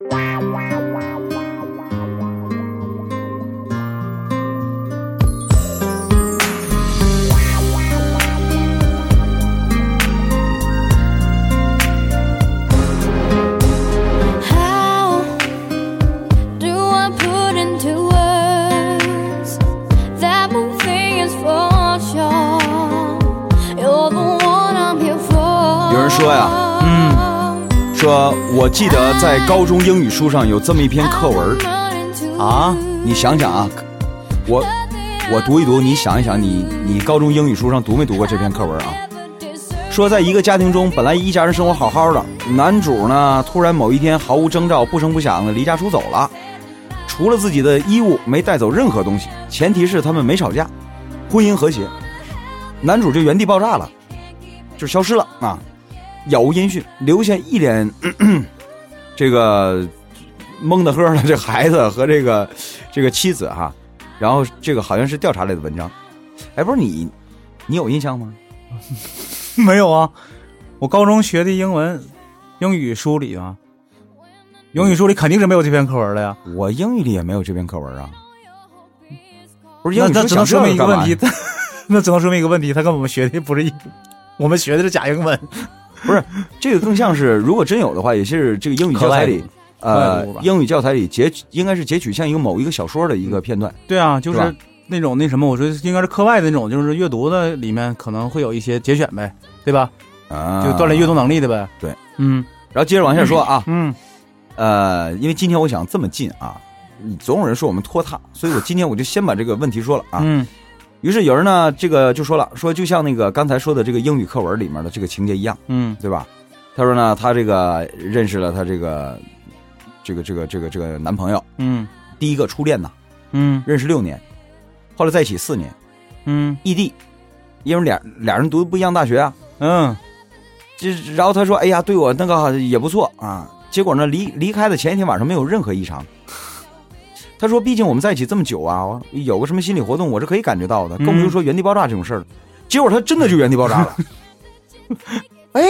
说呀，说我记得在高中英语书上有这么一篇课文啊，你想想啊，我读一读，你想一想，你高中英语书上读没读过这篇课文啊？说在一个家庭中，本来一家人生活好好的，男主呢突然某一天毫无征兆、不声不响的离家出走了，除了自己的衣物没带走任何东西，前提是他们没吵架，婚姻和谐，男主就原地爆炸了，就消失了啊。杳无音讯，留下一脸这个懵的呵的这孩子和这个妻子哈，然后这个好像是调查类的文章。哎，不是你有印象吗？ 没有啊，我高中学的英语书里啊，英语书里肯定是没有这篇课文的呀。 我英语里也没有这篇课文啊。不是英语那只能说明一个问题，那只能说明一个问题，他跟我们学的不是我们学的是假英文。 不是，这个更像是如果真有的话，也是这个英语教材里，英语教材里应该是截取像某一个小说的一个片段。 对啊，就是那种那什么，我说应该是课外的那种，就是阅读的里面可能会有一些节选呗，对吧？啊，就锻炼阅读能力的呗。 对，然后接着往下说啊，因为今天我想这么近啊，总有人说我们拖沓，所以我今天我就先把这个问题说了啊。于是有人呢，这个就说了，说就像那个刚才说的这个英语课文里面的这个情节一样，对吧？他说呢，他这个认识了他这个男朋友，第一个初恋呢，认识6年，后来在一起4年，异地，因为俩人读的不一样大学啊，然后他说，哎呀，对我那个也不错啊，结果呢，离开的前一天晚上没有任何异常。他说毕竟我们在一起这么久啊，有个什么心理活动我是可以感觉到的，更不用说原地爆炸这种事儿。结果他真的就原地爆炸了。哎，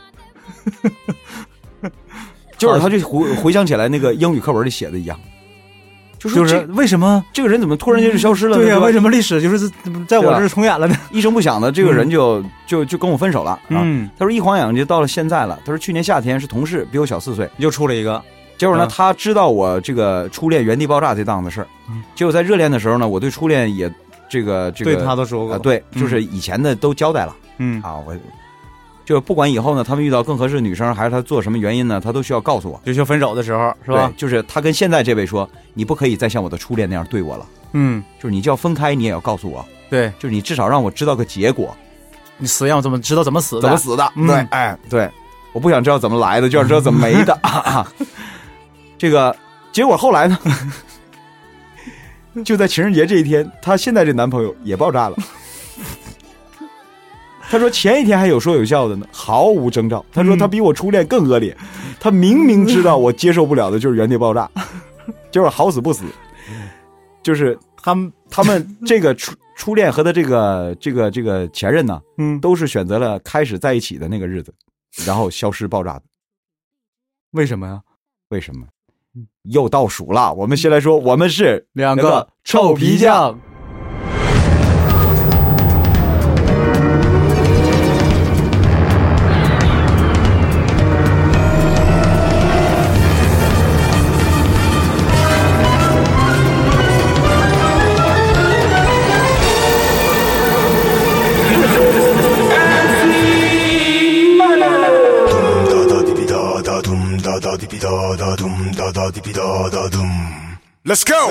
结果他就回想起来那个英语课文里写的一样， 就是为什么这个人怎么突然间就消失了呢？ 对呀，为什么历史就是在我这儿重演了呢？ 一声不响的这个人就跟我分手了啊。他说一晃眼就到了现在了。他说去年夏天是同事，比我小4岁， 又出了一个。 结果呢，他知道我这个初恋原地爆炸这档子事儿。结果在热恋的时候呢，我对初恋也这个对他都说过， 对，就是以前的都交代了。我就不管以后呢，他们遇到更合适的女生，还是他做什么原因呢，他都需要告诉我。 就像分手的时候是吧？ 就是他跟现在这位说，你不可以再像我的初恋那样对我了。就是你就要分开，你也要告诉我。 对， 就是你至少让我知道个结果。 你死要知道怎么死的？ 怎么死的？对，哎，对，我不想知道怎么来的，就要知道怎么没的。这个结果后来呢，就在情人节这一天，她现在这男朋友也爆炸了。他说前一天还有说有笑的呢，毫无征兆。他说他比我初恋更恶劣，他明明知道我接受不了的就是原地爆炸，结果好死不死，就是他们这个初恋和他这个前任呢，都是选择了开始在一起的那个日子，然后消失爆炸的。 为什么呀？ 为什么？又倒数了，我们先来说，我们是 2个臭皮匠。 Let's go!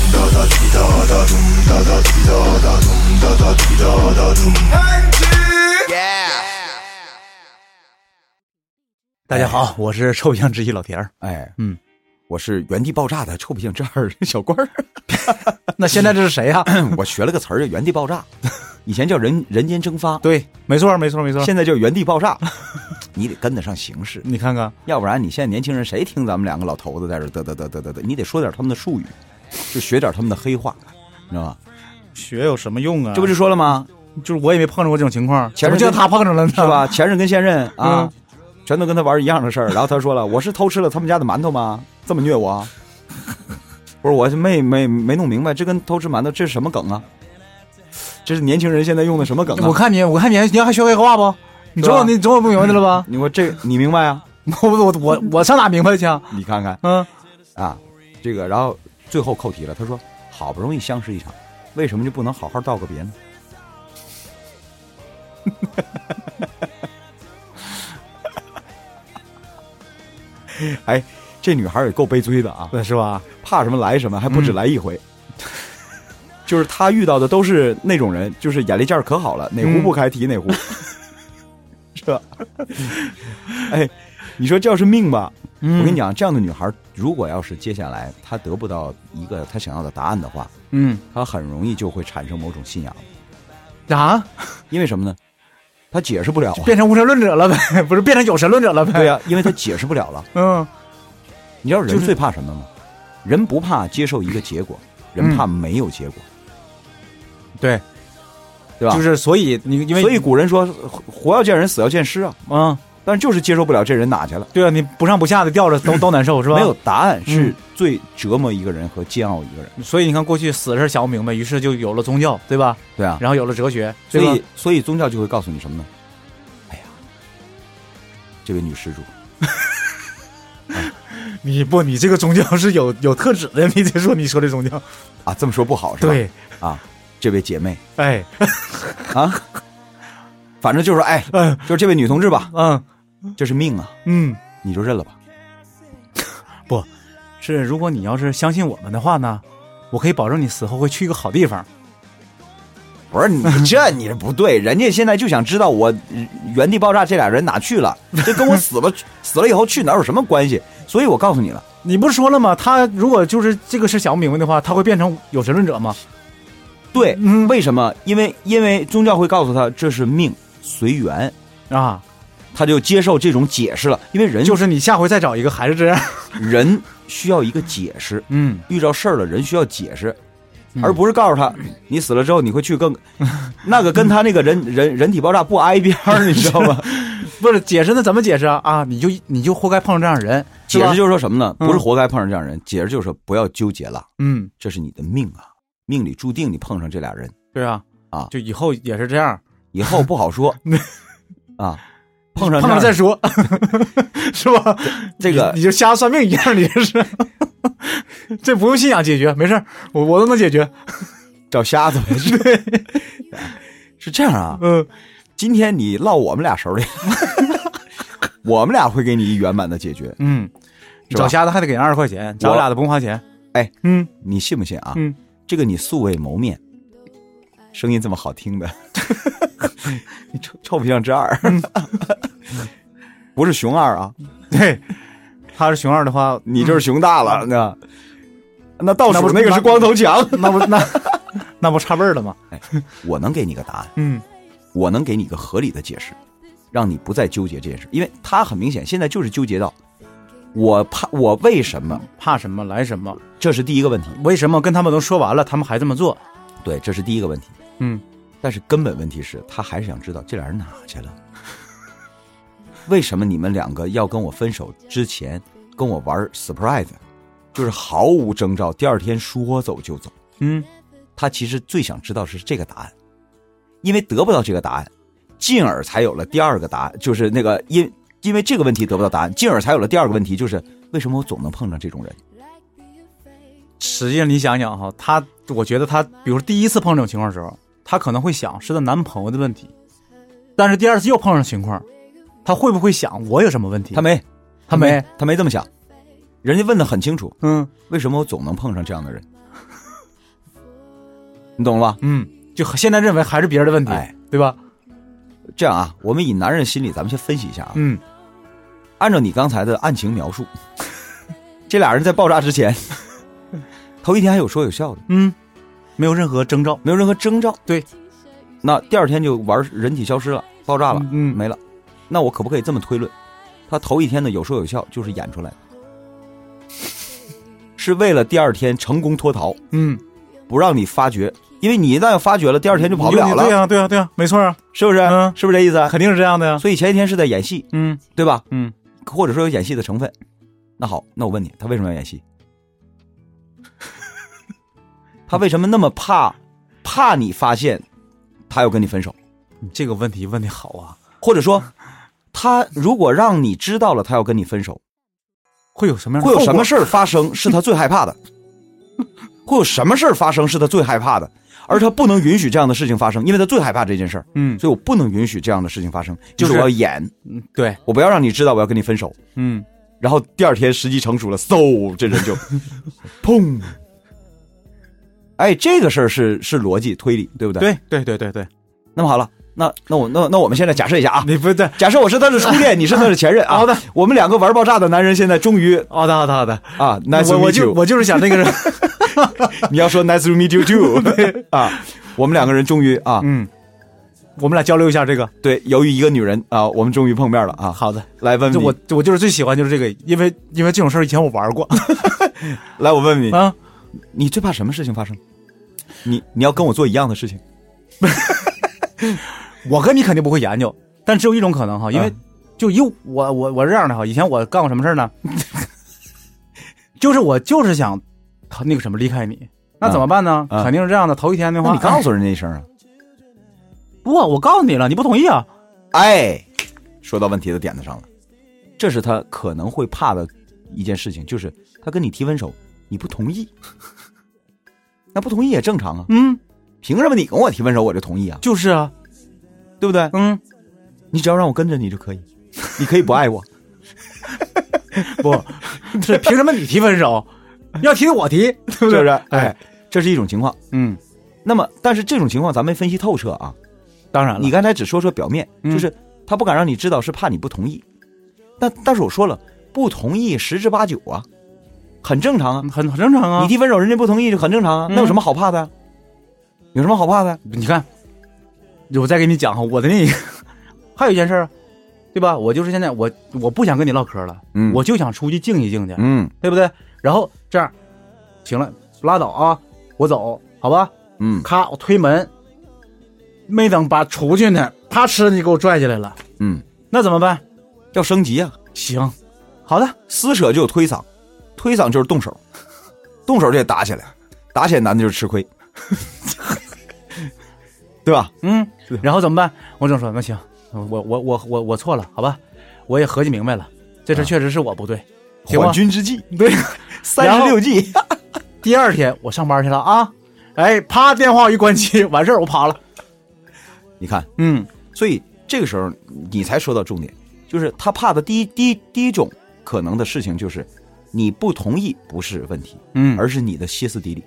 大家好，我是臭皮匠之一老田儿。 我是原地爆炸的臭皮匠之二小官儿。 那现在这是谁呀？ 我学了个词儿叫原地爆炸，以前叫人间蒸发。 对，没错。 现在叫原地爆炸。你得跟得上形势， 你看看， 要不然你现在年轻人谁听咱们2个老头子在这嘚，你得说点他们的术语，就学点他们的黑话，你知道吗？ 学有什么用啊？ 这不是说了吗？ 就是我也没碰着过这种情况， 前任就他碰着了， 是吧？前任跟现任啊， 全都跟他玩一样的事儿。然后他说了，我是偷吃了他们家的馒头吗？这么虐我？不是，我没弄明白，这跟偷吃馒头这是什么梗啊？这是年轻人现在用的什么梗啊？ 我看你还学会话不？你总有不明白的了吧？ 你说这你明白啊？ 我上哪明白去啊？ 你看看，这个，然后最后扣题了。他说，好不容易相识一场，为什么就不能好好道个别呢？哎，这女孩也够悲催的啊， 是吧？ 怕什么来什么，还不止来一回。就是她遇到的都是那种人，就是眼力劲儿可好了，哪壶不开提哪壶，是吧？哎，你说这要是命吧？我跟你讲，这样的女孩，如果要是接下来她得不到一个她想要的答案的话，她很容易就会产生某种信仰。 啊？ 因为什么呢？她解释不了， 变成无神论者了呗？不是变成有神论者了呗？ 对呀，因为她解释不了了。你知道人最怕什么吗？人不怕接受一个结果，人怕没有结果。 对吧？ 就是所以古人说活要见人，死要见尸啊。但是就是接受不了这人哪去了。 对啊，你不上不下的吊着都难受是吧？ 没有答案是最折磨一个人和煎熬一个人。 所以你看过去死的事想不明白，于是就有了宗教，对吧？ 对啊， 然后有了哲学， 所以宗教就会告诉你什么呢？哎呀，这位女施主， 你这个宗教是有特指的，你得说你说这宗教啊，这么说不好是吧？ 对啊，这位姐妹， 哎， 啊，反正就是说，哎，就是这位女同志吧，这是命啊，你就认了吧。 不是，如果你要是相信我们的话呢，我可以保证你死后会去一个好地方。 不是你不对，人家现在就想知道我原地爆炸这俩人哪去了，这跟我死了以后去哪有什么关系？所以我告诉你了， 你不是说了吗？他如果就是这个事想不明白的话，他会变成有神论者吗？ 对，为什么？因为宗教会告诉他这是命，随缘啊， 他就接受这种解释了。因为人就是你下回再找一个还是这样， 人需要一个解释。遇到事儿了，人需要解释，而不是告诉他你死了之后你会去那个跟他那个人体爆炸不挨边儿，你知道吗？ 不是解释，那怎么解释啊？你就活该碰上这样的人。 解释就是说什么呢？不是活该碰上这样的人，解释就是说不要纠结了。这是你的命啊。命里注定你碰上这俩人。 对啊，就以后也是这样， 以后不好说啊，碰上再说是吧？ 这个你就瞎算命一样，你这是这不用信仰解决，没事，我都能解决， 找瞎子呗。对，是这样啊。今天你落我们俩手里，我们俩会给你一圆满的解决。 找瞎子还得给人20块钱，找俩的不用花钱。 哎，你信不信啊？这个你素未谋面，声音这么好听的，你臭不像这二，不是熊二啊？ 对，他是熊二的话， 你就是熊大了。那倒数那个是光头强， 那不差辈儿了吗？ 哎，我能给你个答案，我能给你个合理的解释，让你不再纠结这件事，因为他很明显现在就是纠结到。我为什么怕什么来什么， 这是第一个问题。 为什么跟他们都说完了，他们还这么做？ 对，这是第一个问题。但是根本问题是他还是想知道这俩人哪去了。为什么你们两个要跟我分手之前跟我玩 surprise， 就是毫无征兆，第二天说走就走。他其实最想知道是这个答案，因为得不到这个答案，进而才有了第二个答案，就是那个因为这个问题得不到答案，进而才有了第二个问题，就是为什么我总能碰上这种人。 实际上你想想哈，我觉得他比如第一次碰这种情况的时候，他可能会想是他男朋友的问题，但是第二次又碰上情况，他会不会想我有什么问题？他没这么想。人家问得很清楚，为什么我总能碰上这样的人？你懂了吧？ 就现在认为还是别人的问题，对吧？ 这样啊，我们以男人心理，咱们先分析一下啊。按照你刚才的案情描述，这俩人在爆炸之前，头一天还有说有笑的， 没有任何征兆， 对，那第二天就玩人体消失了，爆炸了，没了。那我可不可以这么推论？他头一天的有说有笑就是演出来的，是为了第二天成功脱逃，不让你发觉因为你一旦要发觉了，第二天就跑不了了。 对啊，没错啊， 是不是？是不是这意思？ 肯定是这样的呀。 所以前一天是在演戏，对吧？或者说有演戏的成分。那好，那我问你，他为什么要演戏？他为什么那么怕你发现他要跟你分手？ 这个问题问得好啊。 或者说，他如果让你知道了他要跟你分手， 会有什么事儿发生是他最害怕的？会有什么事儿发生是他最害怕的？而他不能允许这样的事情发生，因为他最害怕这件事儿。所以我不能允许这样的事情发生，就是我要演。 对， 我不要让你知道我要跟你分手。然后第二天时机成熟了，嗖，这人就砰。哎，这个事儿是逻辑推理，对不对？ 对。 那么好了，那我们现在假设一下啊， 你不对， 假设我是他的初恋，你是他的前任啊。 好的， 我们两个玩爆炸的男人现在终于好的啊 ，nice to meet you。 我就是想那个人， 你要说 nice to meet you too 啊，我们两个人终于啊， 我们俩交流一下这个。 对，由于一个女人啊，我们终于碰面了啊。 好的， 来问你， 我就是最喜欢就是这个，因为这种事儿以前我玩过。 来，我问你啊， 你最怕什么事情发生？你要跟我做一样的事情。 我跟你肯定不会研究，但只有一种可能哈，因为就以我这样的哈，以前我干过什么事呢？就是我就是想那个什么离开你，那怎么办呢？肯定是这样的。头一天的话， 你告诉人家一声啊。 不，我告诉你了，你不同意啊。 哎，说到问题的点子上了，这是他可能会怕的一件事情，就是他跟你提分手，你不同意。那不同意也正常啊。凭什么你跟我提分手我就同意啊？ 就是啊， 对不对？你只要让我跟着你就可以，你可以不爱我。 不是凭什么你提分手？要提我提，对不对？ 是不是？哎，这是一种情况。 那么但是这种情况咱没分析透彻啊。 当然了， 你刚才只说表面，就是他不敢让你知道是怕你不同意。但是我说了，不同意十之八九啊，很正常啊， 很正常啊。 你提分手人家不同意就很正常啊，那有什么好怕的呀？有什么好怕的？ 你看，我再给你讲哈，我的那个还有一件事，对吧？我就是现在我不想跟你唠嗑了，我就想出去静一静去，对不对？然后这样，行了，拉倒啊，我走，好吧？咔，我推门，没等把出去呢，啪哧你给我拽进来了，那怎么办？ 要升级啊！ 行，好的， 撕扯就有推搡，推搡就是动手，动手就得打起来，打起来男的就是吃亏。对吧？ 然后怎么办？我正说那行，我错了，好吧？我也合计明白了，这事确实是我不对， 缓军之计， 对 ，36计。 第二天我上班去了啊，哎，啪，电话一关机，完事儿我跑了。 你看，所以这个时候你才说到重点，就是他怕的第一种可能的事情就是你不同意不是问题，而是你的歇斯底里。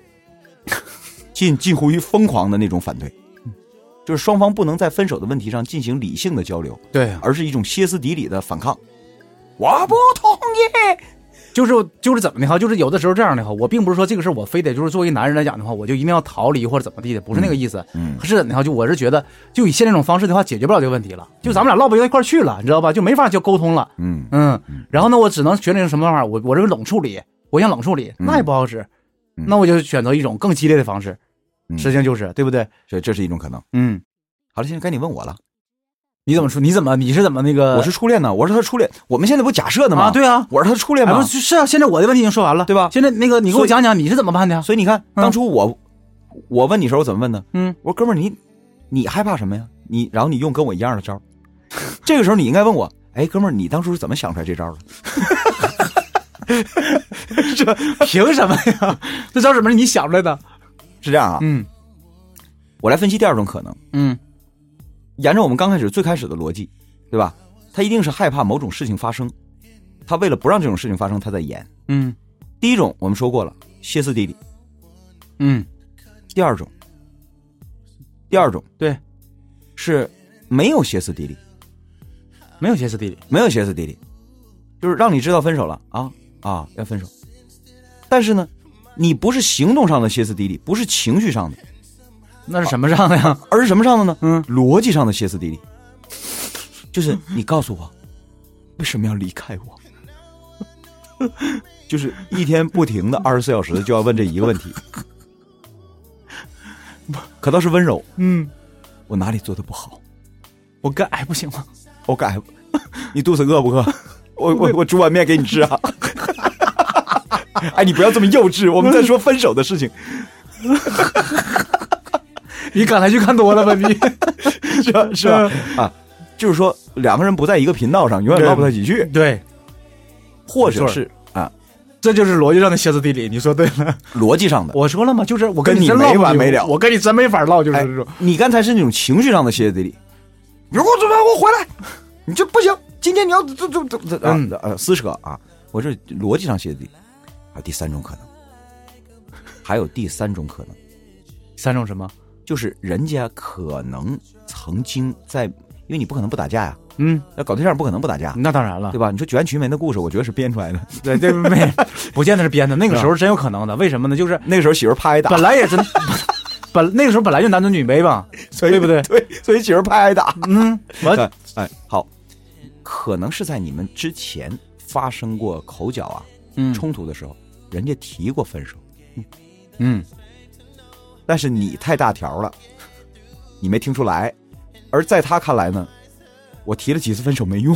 近乎于疯狂的那种反对，就是双方不能在分手的问题上进行理性的交流， 对， 而是一种歇斯底里的反抗。我不同意， 就是怎么的哈，就是有的时候这样的哈，我并不是说这个事我非得就是作为男人来讲的话，我就一定要逃离或者怎么地的，不是那个意思。是怎的哈，就我是觉得，就以现在这种方式的话，解决不了这个问题了，就咱们俩唠不到一块去了，你知道吧？就没法就沟通了。然后呢，我只能选择什么办法？我这个冷处理，我想冷处理，那也不好使。那我就选择一种更激烈的方式，实际上就是对不对？ 所以这是一种可能。好了，现在该你问我了， 你怎么说？你是怎么那个？ 我是初恋呢，我是他的初恋。我们现在不假设的吗？ 对啊， 我是他的初恋吗？ 不是啊，现在我的问题已经说完了， 对吧？ 现在那个你给我讲讲你是怎么办的呀？ 所以你看，当初我问你时候我怎么问的？我说哥们儿，你害怕什么呀？然后你用跟我一样的招，这个时候你应该问我，哎，哥们儿，你当初是怎么想出来这招的？ 这凭什么呀？这招什么是你想出来的？ 是这样啊。我来分析第二种可能。沿着我们最开始的逻辑，对吧？他一定是害怕某种事情发生，他为了不让这种事情发生，他在演。第一种我们说过了，歇斯底里。第二种对， 是没有歇斯底里， 没有歇斯底里， 就是让你知道分手了要分手，但是呢，你不是行动上的歇斯底里，不是情绪上的， 那是什么上的呀？ 而是什么上的呢？逻辑上的歇斯底里，就是你告诉我为什么要离开我，就是一天不停的24小时就要问这一个问题。 可倒是温柔。 嗯， 我哪里做的不好？ 我改不行吗？ 我改。你肚子饿不饿？我煮碗面给你吃啊。哎，你不要这么幼稚，我们在说分手的事情。 你港台剧看多了吧？你是吧？啊，就是说两个人不在一个频道上，永远唠不到一起去。 对， 或者是啊， 这就是逻辑上的歇斯底里。你说对了， 逻辑上的。 我说了嘛，就是我跟你没完没了， 我跟你真没法唠，就是这种。 你刚才是那种情绪上的歇斯底里，你给我准备，我回来，你这不行，今天你要撕扯啊！我这逻辑上歇斯底里。还有第三种可能， 三种什么？ 就是人家可能曾经在，因为你不可能不打架呀，要搞对象不可能不打架， 那当然了， 对吧？你说九安曲梅的故事，我觉得是编出来的， 对，不见得是编的，那个时候真有可能的。为什么呢？就是那个时候媳妇怕挨打， 本来也真，那个时候本来就男尊女卑吧，对不对？ 对，所以媳妇怕挨打。 哎， 好，可能是在你们之前发生过口角啊，冲突的时候。人家提过分手，但是你太大条了，你没听出来，而在他看来呢，我提了几次分手没用，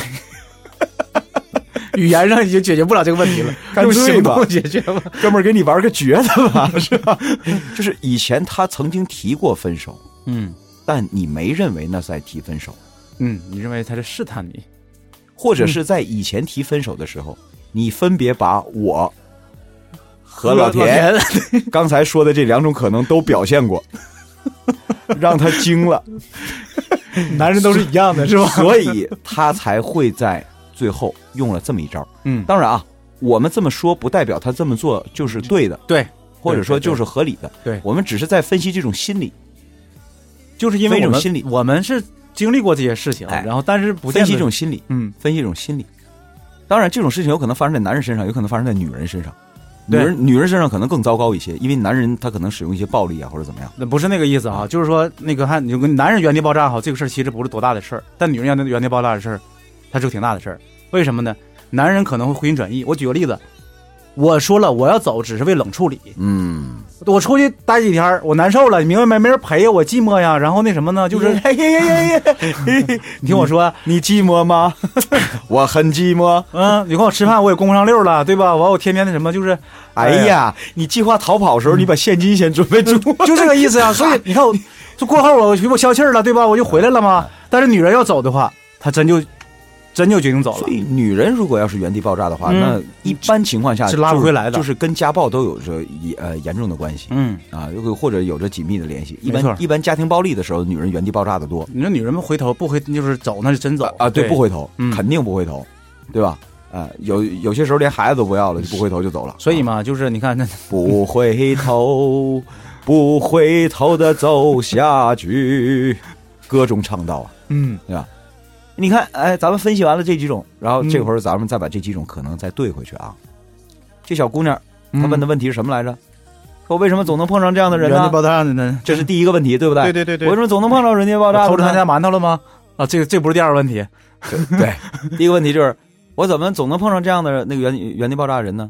语言上已经解决不了这个问题了，用行动解决吧， 哥们儿给你玩个绝的吧，是吧？就是以前他曾经提过分手，但你没认为那是在提分手， 你认为他是试探你， 或者是在以前提分手的时候，你分别把我。和老田刚才说的这两种可能都表现过，让他惊了。 男人都是一样的，是吧？ 所以他才会在最后用了这么一招。当然啊，我们这么说不代表他这么做就是对的， 对， 或者说就是合理的。 对， 我们只是在分析这种心理， 就是因为这种心理， 我们是经历过这些事情，然后但是不分析这种心理，分析这种心理。当然，这种事情有可能发生在男人身上，有可能发生在女人身上。女人身上可能更糟糕一些，因为男人他可能使用一些暴力啊或者怎么样。 那不是那个意思啊，就是说那个有个男人原地爆炸好，这个事儿其实不是多大的事儿，但女人原地爆炸的事儿，它是个挺大的事儿。为什么呢？男人可能会回心转意。我举个例子，我说了我要走，只是为冷处理。我出去待几天，我难受了，你明白没？没人陪我寂寞呀。然后那什么呢？就是你听我说， 你寂寞吗？我很寂寞。 你跟我吃饭，我也供不上溜了，对吧？我天天那什么，就是， 哎呀，你计划逃跑的时候，你把现金先准备住， 就这个意思呀。所以你看，就过后我消气了，对吧？我就回来了嘛。但是女人要走的话，她真就决定走了。 所以女人如果要是原地爆炸的话，那一般情况下是拉不回来的， 就是跟家暴都有着严重的关系。或者有着紧密的联系。一般家庭暴力的时候，女人原地爆炸的多。 你说女人们回头不回就是走，那是真走啊！对，不回头，肯定不回头，对吧？有些时候连孩子都不要了，就不回头就走了。 所以嘛，就是你看那不回头，不回头的走下去，歌中唱到啊，对吧？你看，哎，咱们分析完了这几种，然后这会儿咱们再把这几种可能再对回去啊。这小姑娘她问的问题是什么来着？说为什么总能碰上这样的人呢？ 原地爆炸的呢？ 这是第一个问题，对不对？ 对。 为什么总能碰上人地爆炸？ 偷吃他家馒头了吗？啊，这不是第二个问题。 对，第一个问题就是我怎么总能碰上这样的那个原地爆炸的人呢？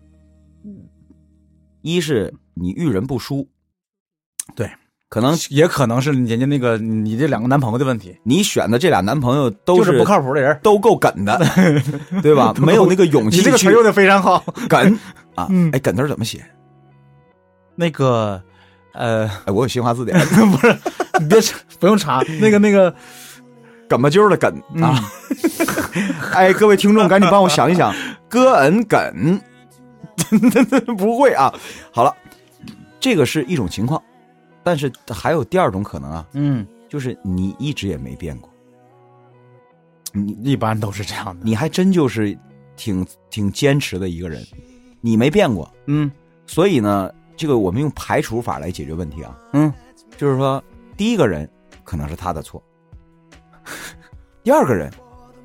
一是你遇人不淑， 对。 也可能是人家那个你这两个男朋友的问题， 你选的这俩男朋友都是不靠谱的人， 都够梗的，对吧？没有那个勇气。 你这个词用的非常好， 梗啊！哎，梗字怎么写？ 那个我有新华字典， 不是，你别不用查，那个梗巴揪的梗啊！哎，各位听众，赶紧帮我想一想，梗，不会啊！好了，这个是一种情况。但是还有第二种可能啊，就是你一直也没变过， 你一般都是这样的， 你还真就是挺坚持的一个人，你没变过，所以呢，这个我们用排除法来解决问题啊，就是说第一个人可能是他的错，第二个人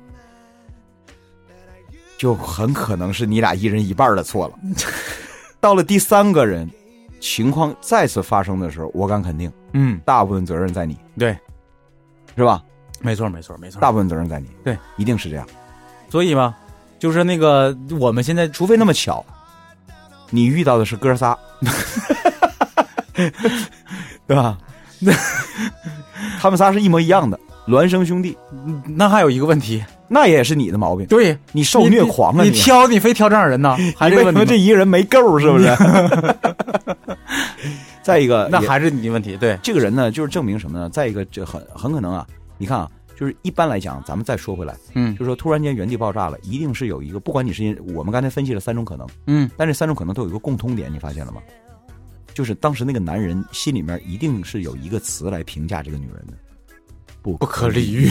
就很可能是你俩一人一半的错了，到了第三个人。情况再次发生的时候，我敢肯定，大部分责任在你， 对， 是吧？ 没错， 大部分责任在你， 对， 一定是这样。 所以嘛，就是那个我们现在， 除非那么巧，你遇到的是哥仨， 对吧？他们仨是一模一样的孪生兄弟。 那还有一个问题， 那也是你的毛病。 对， 你受虐狂了， 你非挑这样人呢？还是为什么这一个人没够？是不是？再一个， 那还是你的问题。对， 这个人呢，就是证明什么呢？再一个，这很可能啊，你看啊。就是一般来讲，咱们再说回来，就是说突然间原地爆炸了，一定是有一个，不管你是我们刚才分析了3种可能，但这3种可能都有一个共通点，你发现了吗？就是当时那个男人心里面一定是有一个词来评价这个女人的，不可理喻，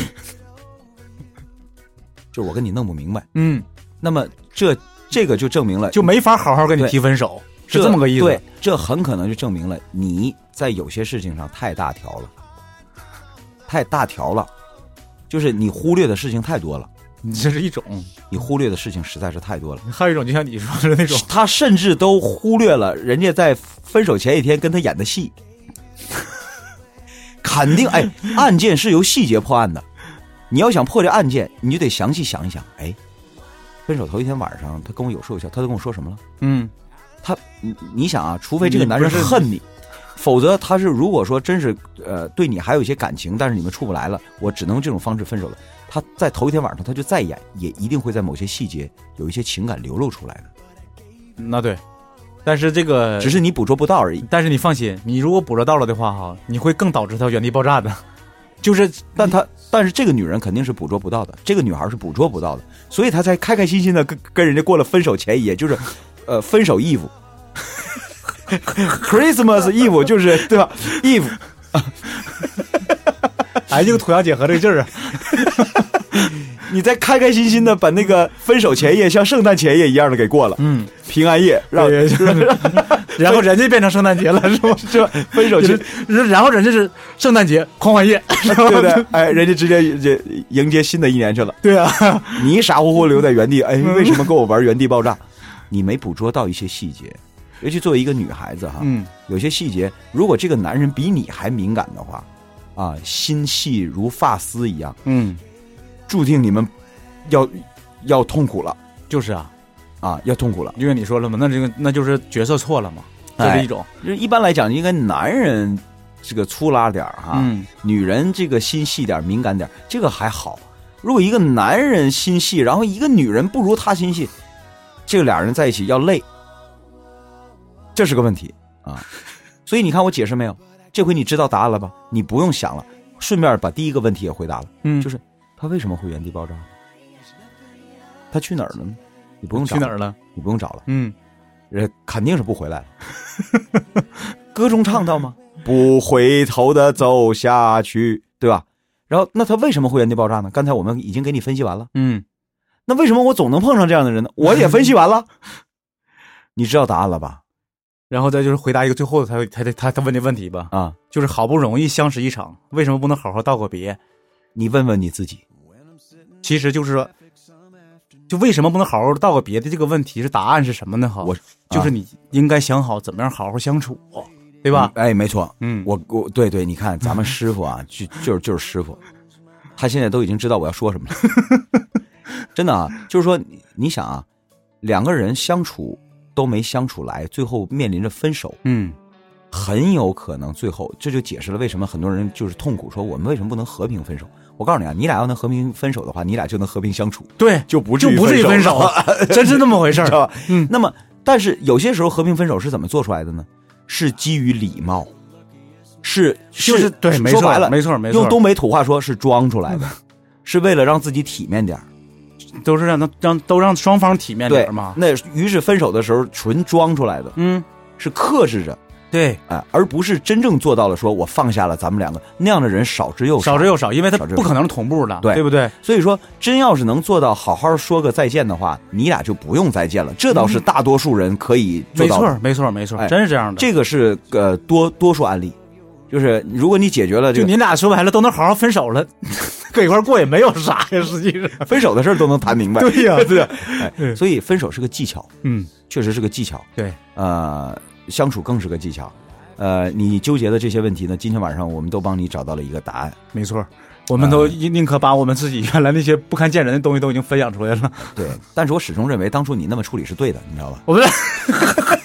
就是我跟你弄不明白，那么这个就证明了， 就没法好好跟你提分手，是这么个意思。 对，这很可能就证明了你在有些事情上太大条了。就是你忽略的事情太多了， 这是一种， 你忽略的事情实在是太多了。 还有一种就像你说的那种， 他甚至都忽略了人家在分手前一天跟他演的戏。肯定，案件是由细节破案的，你要想破这案件，你就得详细想一想。分手头一天晚上，他跟我有说有笑，他都跟我说什么了？你想啊，除非这个男人恨你。否则他是如果说真是对你还有一些感情，但是你们处不来了，我只能这种方式分手了。他在头一天晚上他就再演，也一定会在某些细节有一些情感流露出来的。 那对，但是这个只是你捕捉不到而已。 但是你放心，你如果捕捉到了的话哈，你会更导致他原地爆炸的。就是， 但是这个女人肯定是捕捉不到的，这个女孩是捕捉不到的，所以她才开开心心的跟人家过了分手前夜，就是分手Eve。Christmas Eve 就是对吧 ？Eve， 这个土洋结合这个劲儿啊！ 你再开开心心的把那个分手前夜像圣诞前夜一样的给过了，平安夜， 然后人家变成圣诞节了，是吧？ 是吧？分手前， 然后人家是圣诞节狂欢夜， 对不对？人家直接迎接新的一年去了。 对啊， 你傻乎乎留在原地，为什么跟我玩原地爆炸？你没捕捉到一些细节。尤其作为一个女孩子哈，有些细节，如果这个男人比你还敏感的话，心细如发丝一样，注定你们要痛苦了。 就是要痛苦了， 因为你说了嘛，那就是角色错了嘛，这是一种。 就是一般来讲，应该男人这个粗拉点哈，女人这个心细点、敏感点，这个还好。如果一个男人心细，然后一个女人不如他心细，这个俩人在一起要累。这是个问题所以你看我解释没有？这回你知道答案了吧？你不用想了，顺便把第一个问题也回答了，就是他为什么会原地爆炸？他去哪儿了呢？你不用找， 去哪儿了？ 你不用找了，肯定是不回来了。歌中唱到吗？不回头的走下去，对吧？然后那他为什么会原地爆炸呢？刚才我们已经给你分析完了，那为什么我总能碰上这样的人呢？我也分析完了，你知道答案了吧？ 然后再就是回答一个最后的他问的问题吧就是好不容易相识一场，为什么不能好好道个别？ 你问问你自己。 其实就是说，就为什么不能好好道个别的这个问题是答案是什么呢？就是你应该想好怎么样好好相处，对吧？ 没错，我对，你看咱们师傅就是师傅，他现在都已经知道我要说什么了。真的就是说你想两个人相处都没相处来，最后面临着分手，很有可能最后这就解释了为什么很多人就是痛苦，说我们为什么不能和平分手？我告诉你你俩要能和平分手的话，你俩就能和平相处， 对， 就不至于分手，真是那么回事， 知道吧？那么，但是有些时候和平分手是怎么做出来的呢？是基于礼貌，就是对， 说白了， 没错， 用东北土话说是装出来的，是为了让自己体面点。 都是让双方体面点嘛。 那于是分手的时候纯装出来的，是克制着， 对， 而不是真正做到了说我放下了咱们两个，那样的人少之又少， 因为他不可能同步的，对不对？ 所以说，真要是能做到好好说个再见的话，你俩就不用再见了。这倒是大多数人可以做到的， 没错，真是这样的。 这个是多数案例，就是如果你解决了这个， 就你俩说白了都能好好分手了。搁一块过也没有啥呀，实际上分手的事都能谈明白。 对呀， 对，所以分手是个技巧，确实是个技巧。 对， 相处更是个技巧。你纠结的这些问题呢，今天晚上我们都帮你找到了一个答案。 没错，我们都宁可把我们自己原来那些不堪见人的东西都已经分享出来了。 对，但是我始终认为当初你那么处理是对的，你知道吧？ 我们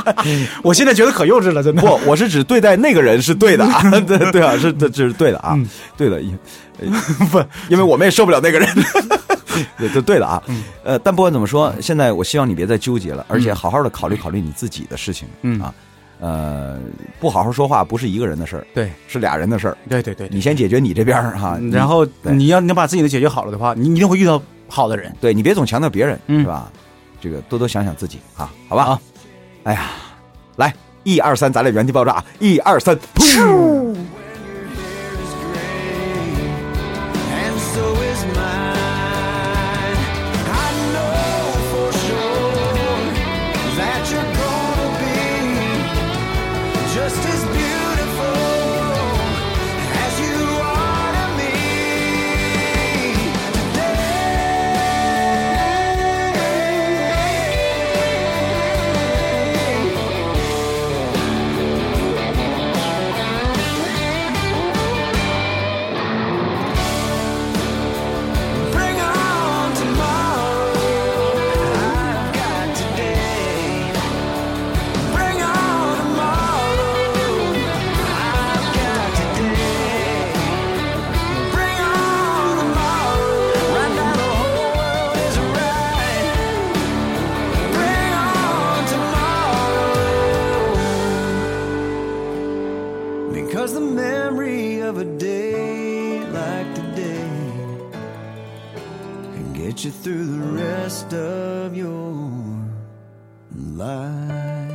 我现在觉得可幼稚了，真的。 不，我是指对待那个人是对的啊，对啊，这是对的啊，对的，不，因为我们也受不了那个人。对的啊，但不管怎么说，现在我希望你别再纠结了，而且好好的考虑考虑你自己的事情，啊，不好好说话不是一个人的事儿， 对， 是俩人的事儿， 对， 你先解决你这边哈， 然后你要把自己的解决好了的话，你一定会遇到好的人， 对你别总强调别人，是吧？这个多多想想自己啊，好吧？哎呀，来1、2、3，咱俩原地爆炸，1、2、3，噗！ Because the memory of a day like today can get you through the rest of your life.